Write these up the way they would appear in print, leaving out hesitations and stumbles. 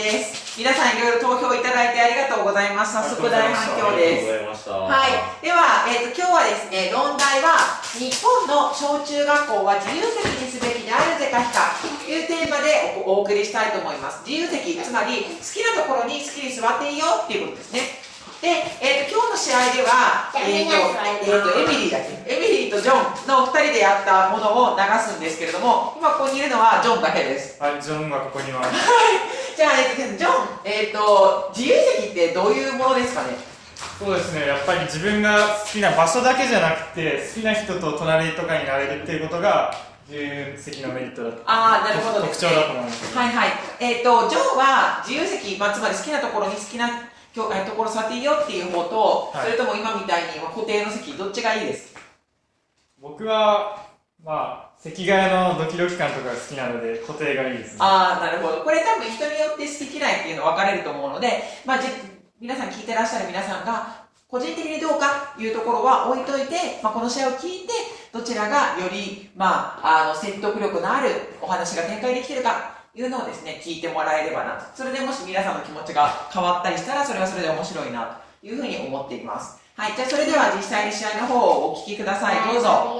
です。皆さんいろいろ投票いただいてありがとうございます。早速大反響です。はい。では、今日はですね、論題は、日本の小中学校は自由席にすべきであるぜか非かというテーマでお送りしたいと思います。自由席、つまり好きなところに好きに座っていいよっていうことですね。で、今日の試合では、エミリーとジョンの2人でやったものを流すんですけれども、今ここにいるのはジョンだけです。 はい、ジョンがここにいます。 じゃあ、ジョン、自由席ってどういうものですかね？ そうですね、やっぱり自分が好きな場所だけじゃなくて、好きな人と隣とかになれるっていうことが、自由席のメリットだと。 なるほど、 特徴だと思います。 はいはい。ジョンは自由席、つまり好きなところに好きなところ座っていいよっていう方と、はい、それとも今みたいに固定の席、どっちがいいですか？ 僕は、席替えのドキドキ感とかが好きなので、固定がいいですね。 なるほど。これ多分人によって好き嫌いっていうの分かれると思うので、皆さん聞いてらっしゃる皆さんが、個人的にどうかというところは置いといて、この試合を聞いて、どちらがより、説得力のあるお話が展開できているか、いうのをですね、聞いてもらえればなと。それでもし皆さんの気持ちが変わったりしたら、それはそれで面白いなというふうに思っています。はい、じゃあそれでは実際に試合の方をお聞きください。どうぞ。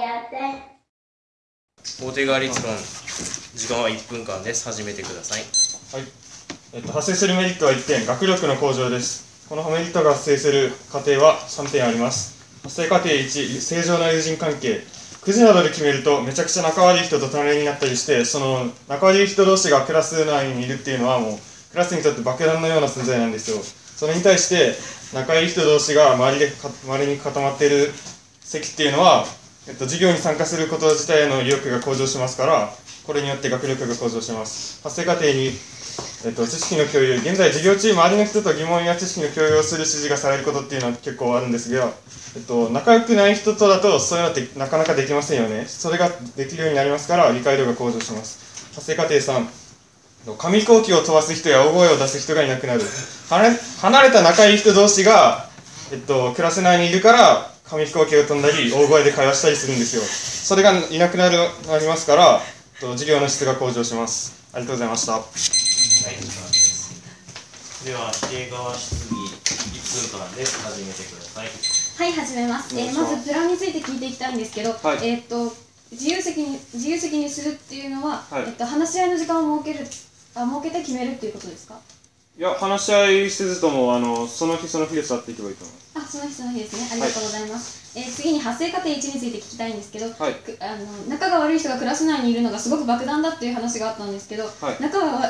法定側立論、時間は1分間です。始めてください。 はい。発生するメリットは1点、学力の向上です。このメリットが発生する過程は3点あります。発生過程1、正常な友人関係。くじなどで決めるとめちゃくちゃ仲悪い人と隣になったりして、その仲悪い人同士がクラス内にいるっていうのはもうクラスにとって爆弾のような存在なんですよ。それに対して仲いい人同士が周りに固まっている席っていうのは、授業に参加すること自体の意欲が向上しますから、これによって学力が向上します。発生過程に、知識の共有、現在授業中周りの人と疑問や知識の共有をする指示がされることっていうのは結構あるんですが、仲良くない人とだとそういうのってなかなかできませんよね。それができるようになりますから理解度が向上します。発生過程3、紙飛行機を飛ばす人や大声を出す人がいなくなる。離れた仲いい人同士が、クラス内にいるから紙飛行機を飛んだり大声で会話したりするんですよ。それがいなくなりますから、授業の質が向上します。ありがとうございました。はい、 時間です。では否定側質疑1分間です。始めてください。 はい、始めます。まずプランについて聞いていきたいんですけど、はい、自由席にするっていうのは、はい、話し合いの時間を設けて決めるっていうことですか？ いや、話し合いせずともその日その日で座っていけばいいと思います。 その日その日ですね。ありがとうございます。はい、次に発生過程1について聞きたいんですけど、はい、仲が悪い人がクラス内にいるのがすごく爆弾だっていう話があったんですけど、はい、仲が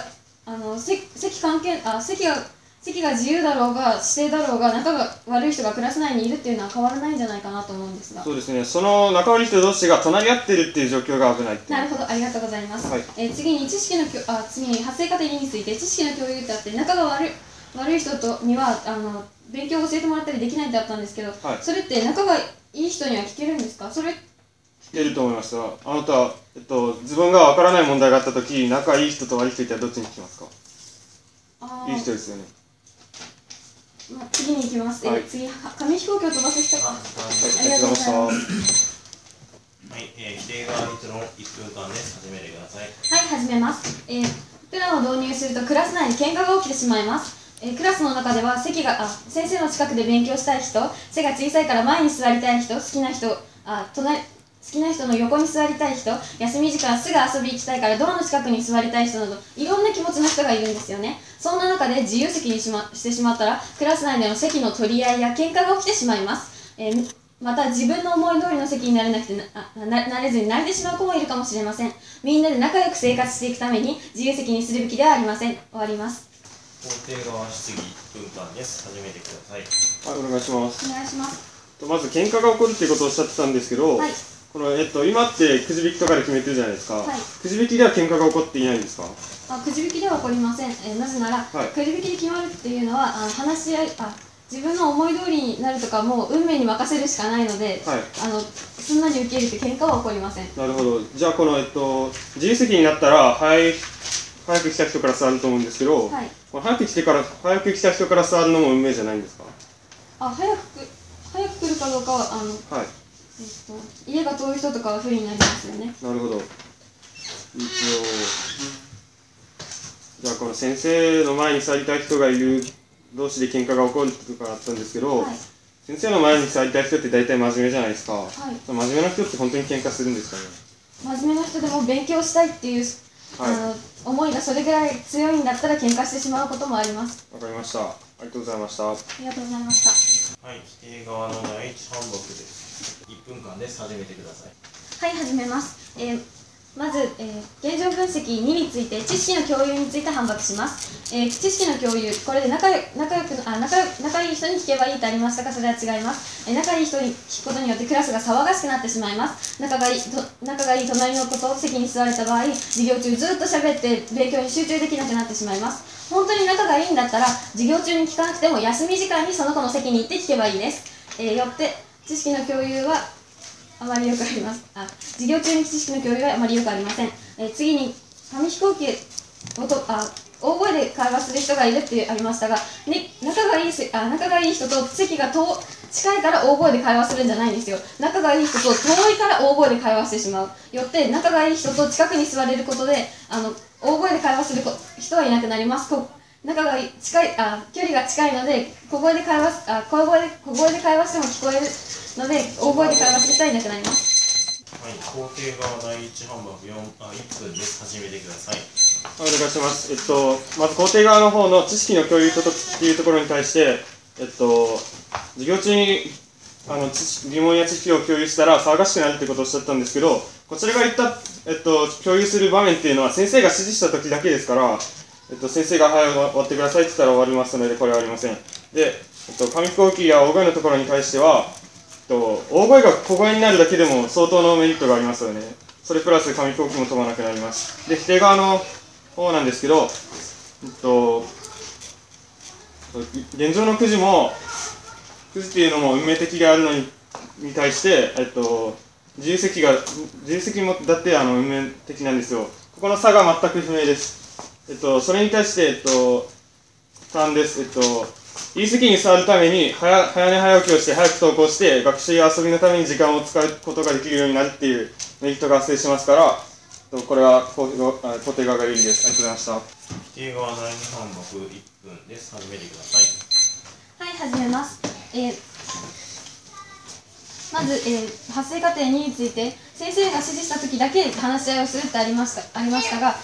席が自由だろうが指定だろうが仲が悪い人がクラス内にいるっていうのは変わらないんじゃないかなと思うんですが。 そうですね、その仲悪い人同士が隣り合ってるっていう状況が危ないって。 なるほど、ありがとうございます。はい、次に次に発生過程2について、知識の共有ってあって、仲が悪い人には勉強を教えてもらったりできないってあったんですけど、はい、それって仲がいい人には聞けるんですか？聞けると思いますが、あなた、自分が分からない問題があったとき、仲いい人と悪い人いたらどっちに聞きますか？いい人ですよね。 次に行きます。はい、次、紙飛行機を飛ばす人。ありがとうございます。 はい、否定側立論1分間です。始めてください。 はい、始めます。プランを導入するとクラス内に喧嘩が起きてしまいます。クラスの中では先生の近くで勉強したい人、背が小さいから前に座りたい人、好きな人の横に座りたい人、休み時間すぐ遊び行きたいからドアの近くに座りたい人など、いろんな気持ちの人がいるんですよね。そんな中で自由席にしてしまったら、クラス内での席の取り合いや喧嘩が起きてしまいます。また自分の思い通りの席になれずに慣れてしまう子もいるかもしれません。みんなで仲良く生活していくために自由席にするべきではありません。終わります。 法定側質疑1分間です。始めてください。 はい、お願いします。 お願いします。 まず喧嘩が起こるっていうことをおっしゃってたんですけど、はい、今ってくじ引きとかで決めてるじゃないですか。はい、くじ引きでは喧嘩が起こっていないんですか？ くじ引きでは起こりません。なぜなら、はい、くじ引きで決まるっていうのは話し合い自分の思い通りになるとかもう運命に任せるしかないので、はい、すんなり受け入れて喧嘩は起こりません。 なるほど。じゃあこの、自由席になったら早く来た人から座ると思うんですけど、はい、早く来た人から座るのも運命じゃないんですか？ 早く来るかどうかははい、家が遠い人とかは不利になりますよね。 なるほど。 じゃあこの先生の前に座りたい人がいる同士で喧嘩が起こるとかあったんですけど、先生の前に座りたい人って大体真面目じゃないですか。真面目な人って本当に喧嘩するんですかね。 真面目な人でも勉強したいっていう、思いがそれぐらい強いんだったら喧嘩してしまうこともあります。 わかりました。ありがとうございました。 ありがとうございました。 はい、否定側の第一反駁です。1分間です。始めてください。 はい、始めます。まず、現状分析2について、知識の共有について反駁します。知識の共有、これで仲いい人に聞けばいいとありましたが、それは違います。仲いい人に聞くことによってクラスが騒がしくなってしまいます。仲がいい隣の子と席に座れた場合、授業中ずっと喋って勉強に集中できなくなってしまいます。本当に仲がいいんだったら、授業中に聞かなくても休み時間にその子の席に行って聞けばいいです。よって、知識の共有はあまりよくあります。授業中に知識の共有はあまりよくありません。次に、紙飛行機大声で会話する人がいるってありましたが、仲がいい人と席が近いから大声で会話するんじゃないんですよ。仲がいい人と遠いから大声で会話してしまう。よって仲がいい人と近くに座れることで大声で会話する人はいなくなります。仲が近い距離が近いので小声で会話しても聞こえるので大声で会話する人はいなくなります。 はい、肯定側第一反駁1分です。始めてください。 お願いします。まず肯定側の方の知識の共有っていうところに対して、授業中に疑問や知識を共有したら騒がしくなるってことをおっしゃったんですけど、こちらが言った、共有する場面っていうのは先生が指示した時だけですから、先生が早く終わってくださいって言ったら終わりますので、これはありません。で、紙飛行機や大声のところに対しては、大声が小声になるだけでも相当のメリットがありますよね。それプラス紙飛行機も飛ばなくなります。で、否定側の方なんですけど、現状のくじっていうのも運命的であるのに対して、自由席もだって運命的なんですよ。ここの差が全く不明です。それに対して、3です。いい席に座るために早寝早起きをして早く登校して学習や遊びのために時間を使うことができるようになるっていうメリットが発生しますから、これは肯定側が有利です。ありがとうございました。 否定側第二反駁1分です。始めてください。 はい、始めます。まず、発生過程2について先生が指示した時だけ話し合いをするってありましたが、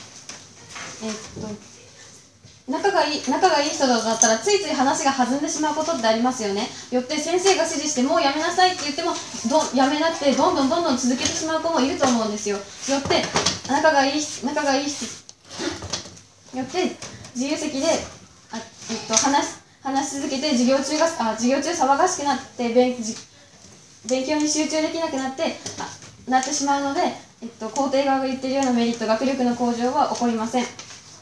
仲がいい人だったらついつい話が弾んでしまうことってありますよね。よって先生が指示してもうやめなさいって言ってもやめなくてどんどん続けてしまう子もいると思うんですよ。よって仲がいい人よって自由席で話し続けて授業中騒がしくなって勉強に集中できなくなってしまうので、肯定側が言っているようなメリット、学力の向上は起こりません。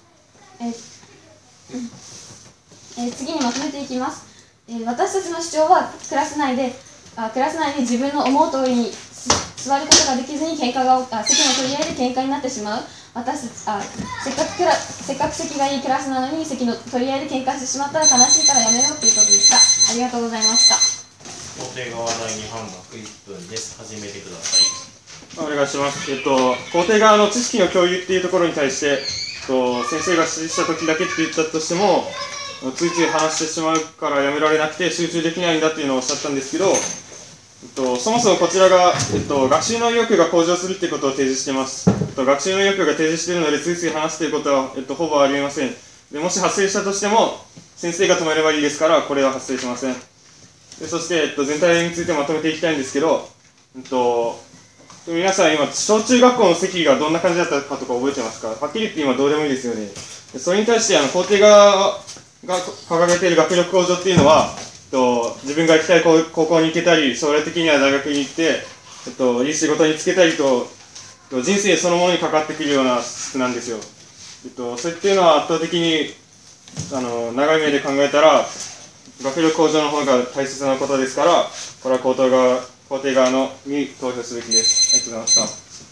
次にまとめていきます。私たちの主張はクラス内で自分の思う通りに座ることができずに席の取り合いで喧嘩になってしまう。せっかく席がいいクラスなのに席の取り合いで喧嘩してしまったら悲しいからやめようということでした。ありがとうございました。 肯定側第二反駁1分です。始めてください。 お願いします。肯定側の知識の共有っていうところに対して、先生が指示した時だけって言ったとしても、ついつい話してしまうからやめられなくて集中できないんだっていうのをおっしゃったんですけど、そもそもこちらが、学習の意欲が向上するっていうことを提示しています。学習の意欲が提示しているのでついつい話すということは、ほぼありえません。でもし発生したとしても先生が止めればいいですから、これは発生しません。でそして、全体についてまとめていきたいんですけど、皆さん今小中学校の席がどんな感じだったかとか覚えてますか？はっきり言って今どうでもいいですよね。それに対して肯定側が掲げている学力向上っていうのは、自分が行きたい高校に行けたり、将来的には大学に行って、いい仕事に就けたりと、人生そのものに関わってくるような質なんですよ。それっていうのは圧倒的に長い目で考えたら学力向上の方が大切なことですから、これは肯定側に投票すべきです。ありがとうございました。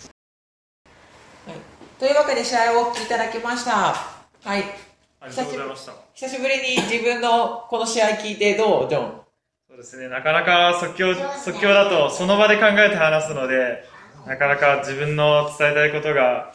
はい、というわけで試合をお聞きいただきました。はい。 ありがとうございました。 久しぶりに自分のこの試合聞いてどう？ジョン。 そうですね。なかなか即興だとその場で考えて話すので、なかなか自分の伝えたいことが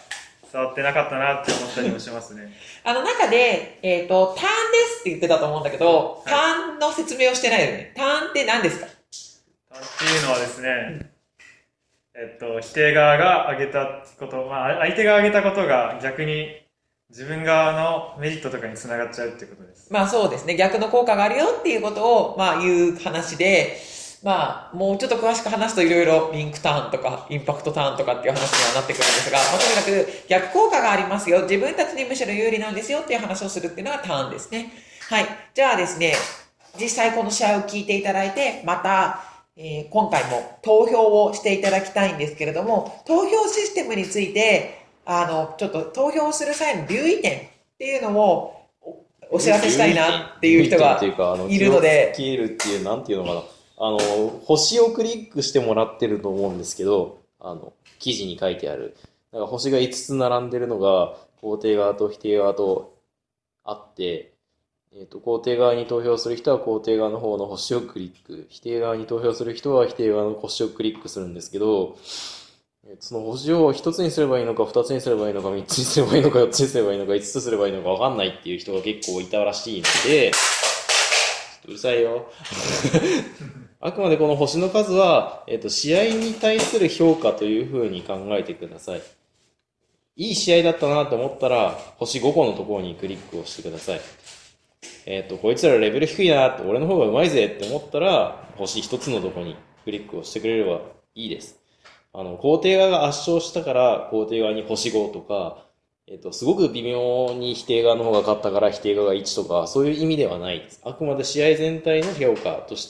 伝わってなかったなって思ったりもしますね。 中で、ターンですって言ってたと思うんだけど、ターンの説明をしてないよね。ターンって何ですか？ ターンっていうのはですね、否定側が挙げたこと、相手が挙げたことが逆に自分側のメリットとかにつながっちゃうっていうことです。 そうですね。逆の効果があるよっていうことを、言う話で、もうちょっと詳しく話すといろいろリンクターンとかインパクトターンとかっていう話にはなってくるんですが、とにかく逆効果がありますよ。自分たちにむしろ有利なんですよっていう話をするっていうのがターンですね。はい。じゃあですね、実際この試合を聞いていただいて、また、今回も投票をしていただきたいんですけれども、投票システムについて、ちょっと投票する際の留意点っていうのをお知らせしたいなっていう人がいるので。 消えるっていう、なんていうのかな。星をクリックしてもらってると思うんですけど、記事に書いてある。なんか星が5つ並んでるのが、肯定側と否定側とあって、肯定側に投票する人は肯定側の方の星をクリック。否定側に投票する人は否定側の星をクリックするんですけど、その星を1つにすればいいのか、2つにすればいいのか、3つにすればいいのか、4つにすればいいのか、5つすればいいのか分かんないっていう人が結構いたらしいので、うるさいよ。あくまでこの星の数は、試合に対する評価という風に考えてください。いい試合だったなと思ったら、星5個のところにクリックをしてください。こいつらレベル低いなって、俺の方が上手いぜって思ったら、星1つのところにクリックをしてくれればいいです。肯定側が圧勝したから、肯定側に星5とか、すごく微妙に否定側の方が勝ったから否定側が1とか、そういう意味ではないです。あくまで試合全体の評価として、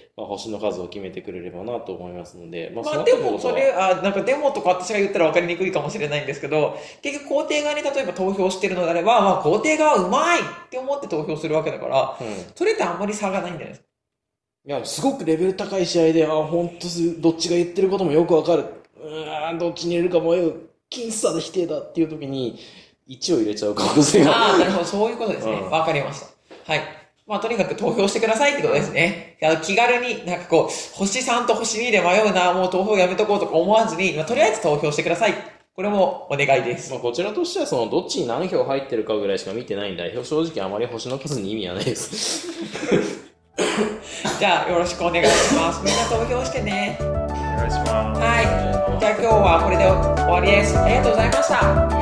星の数を決めてくれればなと思いますので、 でもそれ、なんかデモとか私が言ったら分かりにくいかもしれないんですけど、結局肯定側に例えば投票してるのであれば、肯定側うまいって思って投票するわけだから、それってあんまり差がないんじゃないですか。 いや、すごくレベル高い試合で、本当どっちが言ってることもよくわかる。どっちに入れるか迷う。僅差で否定だっていう時に、1を入れちゃう可能性が。 なるほど、そういうことですね。わかりました。はい。とにかく投票してくださいってことですね。気軽に、星3と星2で迷うな、もう投票やめとこうとか思わずに、とりあえず投票してください。これもお願いです。 こちらとしては、どっちに何票入ってるかぐらいしか見てないんで、正直あまり星の数に意味はないです。 じゃあ、よろしくお願いします。みんな投票してね。 お願いします。 はい。じゃあ今日はこれで終わりです。ありがとうございました。